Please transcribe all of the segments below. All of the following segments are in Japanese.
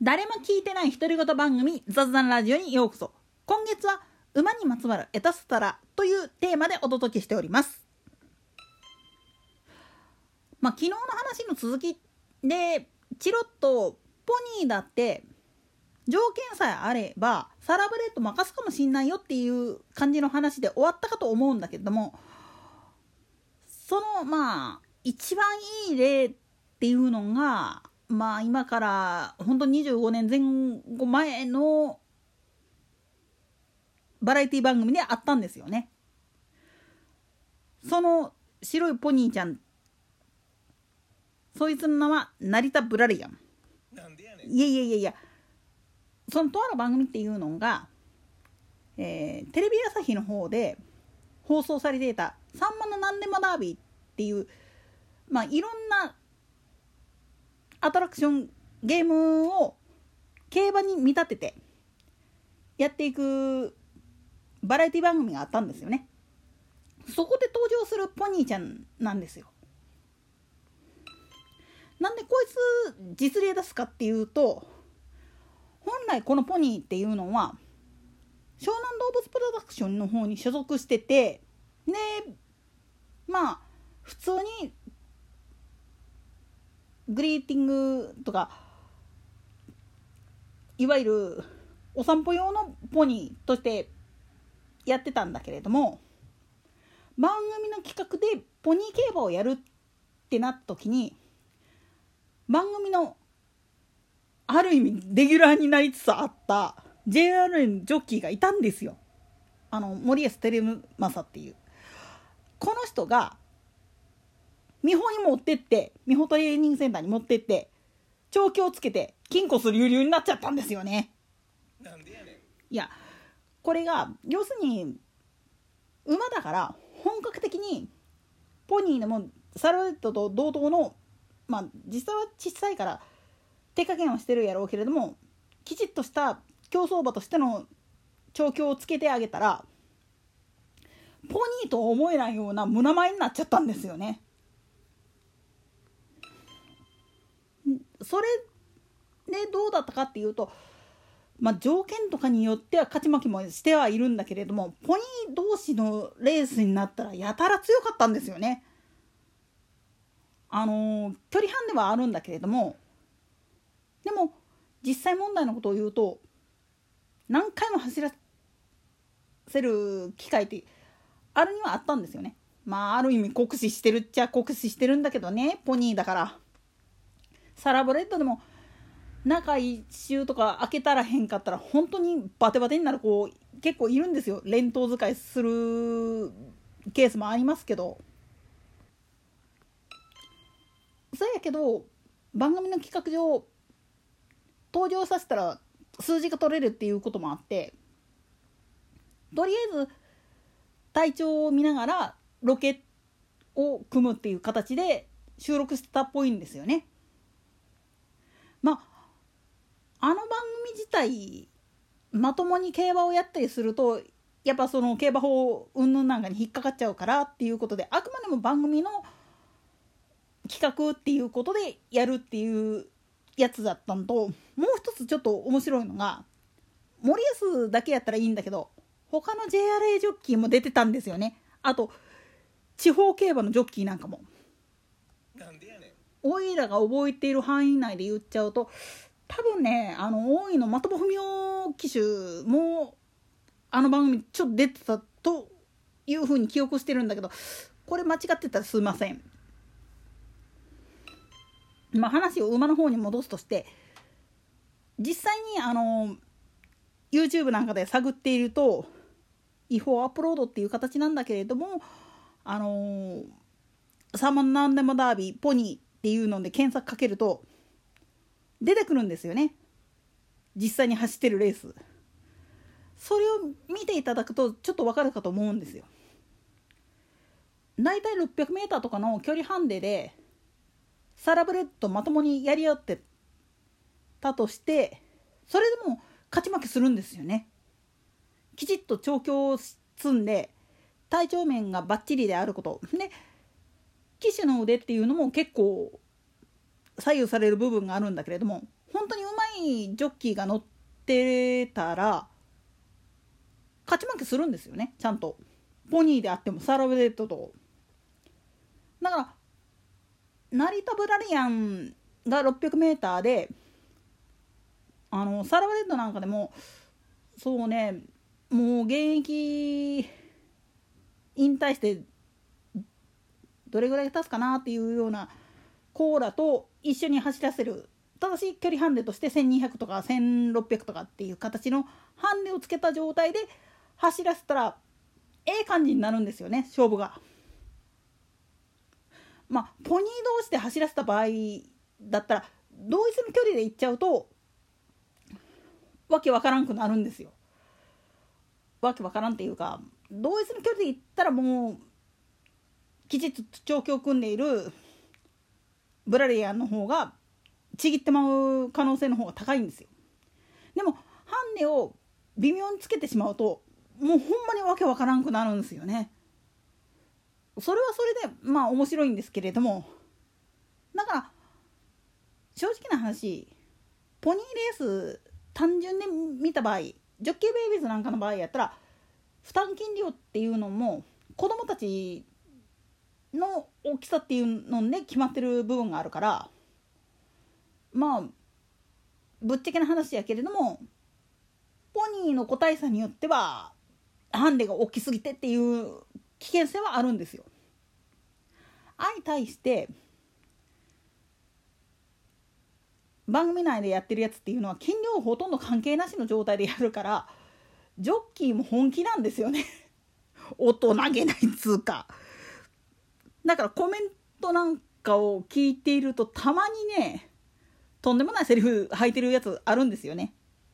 誰も聞いてない独り言番組雑談ラジオにようこそ。今月は馬にまつわるエタスタラというテーマでお届けしております。昨日の話の続きでチロッとポニーだって条件さえあればサラブレッド任すかもしんないよっていう感じの話で終わったかと思うんだけれども、その一番いい例っていうのが今から本当に25年前後前のバラエティ番組であったんですよね。その白いポニーちゃん、そいつの名は成田ブラリアン。 なんでやねん。 いやそのとある番組っていうのが、テレビ朝日の方で放送されていたさんまのなんでもダービーっていういろんなアトラクションゲームを競馬に見立ててやっていくバラエティ番組があったんですよね。そこで登場するポニーちゃんなんですよ。なんでこいつ実例出すかっていうと、本来このポニーっていうのは湘南動物プロダクションの方に所属してて、で普通にグリーティングとかいわゆるお散歩用のポニーとしてやってたんだけれども、番組の企画でポニー競馬をやるってなった時に、番組のある意味レギュラーになりつつあった JRN ジョッキーがいたんですよ。森保照正っていうこの人が美穂に持ってって美穂トレーニングセンターに持ってって調教をつけて金庫する流々になっちゃったんですよね。 なんでやねん。 いやこれが要するに馬だから本格的にポニーでもサラブレッドと同等の実際は小さいから手加減はしてるやろうけれども、きちっとした競走馬としての調教をつけてあげたらポニーとは思えないような胸前になっちゃったんですよね。それでどうだったかっていうと、条件とかによっては勝ち負けもしてはいるんだけれども、ポニー同士のレースになったらやたら強かったんですよね。距離感ではあるんだけれども、でも実際問題のことを言うと何回も走らせる機会ってあるにはあったんですよね。ある意味酷使してるっちゃ酷使してるんだけどね、ポニーだから。サラブレッドでも中一周とか開けたらへんかったら本当にバテバテになる子結構いるんですよ。連投使いするケースもありますけど、そうやけど番組の企画上登場させたら数字が取れるっていうこともあって、とりあえず体調を見ながらロケを組むっていう形で収録してたっぽいんですよね。あの番組自体まともに競馬をやったりするとやっぱその競馬法云々なんかに引っかかっちゃうからっていうことで、あくまでも番組の企画っていうことでやるっていうやつだったのと、もう一つちょっと面白いのが、森保だけやったらいいんだけど他の JRA ジョッキーも出てたんですよね。あと地方競馬のジョッキーなんかも。 なんでやねん。 おいらが覚えている範囲内で言っちゃうと、多分ね大井の的保文雄騎手もあの番組ちょっと出てたというふうに記憶してるんだけど、これ間違ってたらすいません。話を馬の方に戻すとして、実際にYouTube なんかで探っていると違法アップロードっていう形なんだけれども、サーモンなんでもダービーポニーっていうので検索かけると出てくるんですよね。実際に走ってるレース、それを見ていただくとちょっとわかるかと思うんですよ。だいたい 600m とかの距離ハンデでサラブレッドまともにやり合ってたとして、それでも勝ち負けするんですよね。きちっと調教を積んで体調面がバッチリであることで、騎手の腕っていうのも結構左右される部分があるんだけれども、本当にうまいジョッキーが乗ってたら勝ち負けするんですよね。ちゃんとポニーであってもサラブレッドと。だから成田ブラリアンが 600m でサラブレッドなんかでもそうね、もう現役引退してどれぐらい経つかなっていうようなコーラと一緒に走らせる正しい距離ハンデとして1200とか1600とかっていう形のハンデをつけた状態で走らせたら感じになるんですよね、勝負が。ポニー同士で走らせた場合だったら同一の距離で行っちゃうとわけわからんくなるんですよ。わけわからんっていうか、同一の距離で行ったらもうきちっと調教を組んでいるブラリアンの方がちぎってまう可能性の方が高いんですよ。でもハンデを微妙につけてしまうともうほんまにわけわからんくなるんですよね。それはそれで面白いんですけれども、だから正直な話、ポニーレース単純で見た場合、ジョッキーベイビーズなんかの場合やったら負担金量っていうのも子供たちの大きさっていうので決まってる部分があるから、ぶっちゃけな話やけれども、ポニーの個体差によってはハンデが大きすぎてっていう危険性はあるんですよ。相対して番組内でやってるやつっていうのは筋量ほとんど関係なしの状態でやるから、ジョッキーも本気なんですよね大人げないつうか。だからコメントなんかを聞いているとたまにね、とんでもないセリフ吐いてるやつあるんですよね。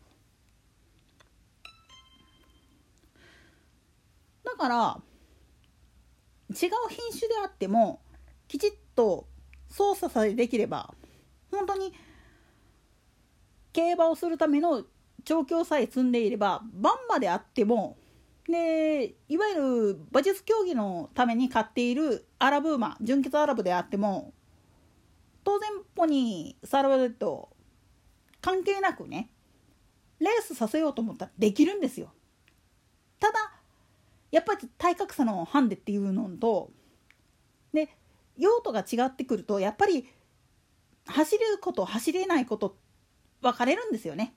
だから違う品種であってもきちっと操作さえできれば、本当に競馬をするための調教さえ積んでいれば、バン馬であってもで、いわゆる馬術競技のために買っているアラブ馬、純血アラブであっても当然ポニー、サラブレッド関係なくね、レースさせようと思ったらできるんですよ。ただやっぱり体格差のハンデっていうのとで用途が違ってくると、やっぱり走ること走れないこと分かれるんですよね。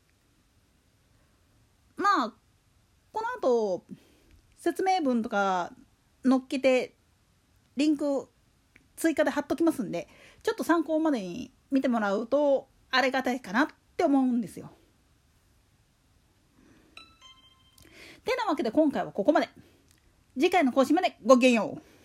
この後説明文とか載っけてリンク追加で貼っときますんで、ちょっと参考までに見てもらうとありがたいかなって思うんですよ。てなわけで今回はここまで。次回の更新までごきげんよう。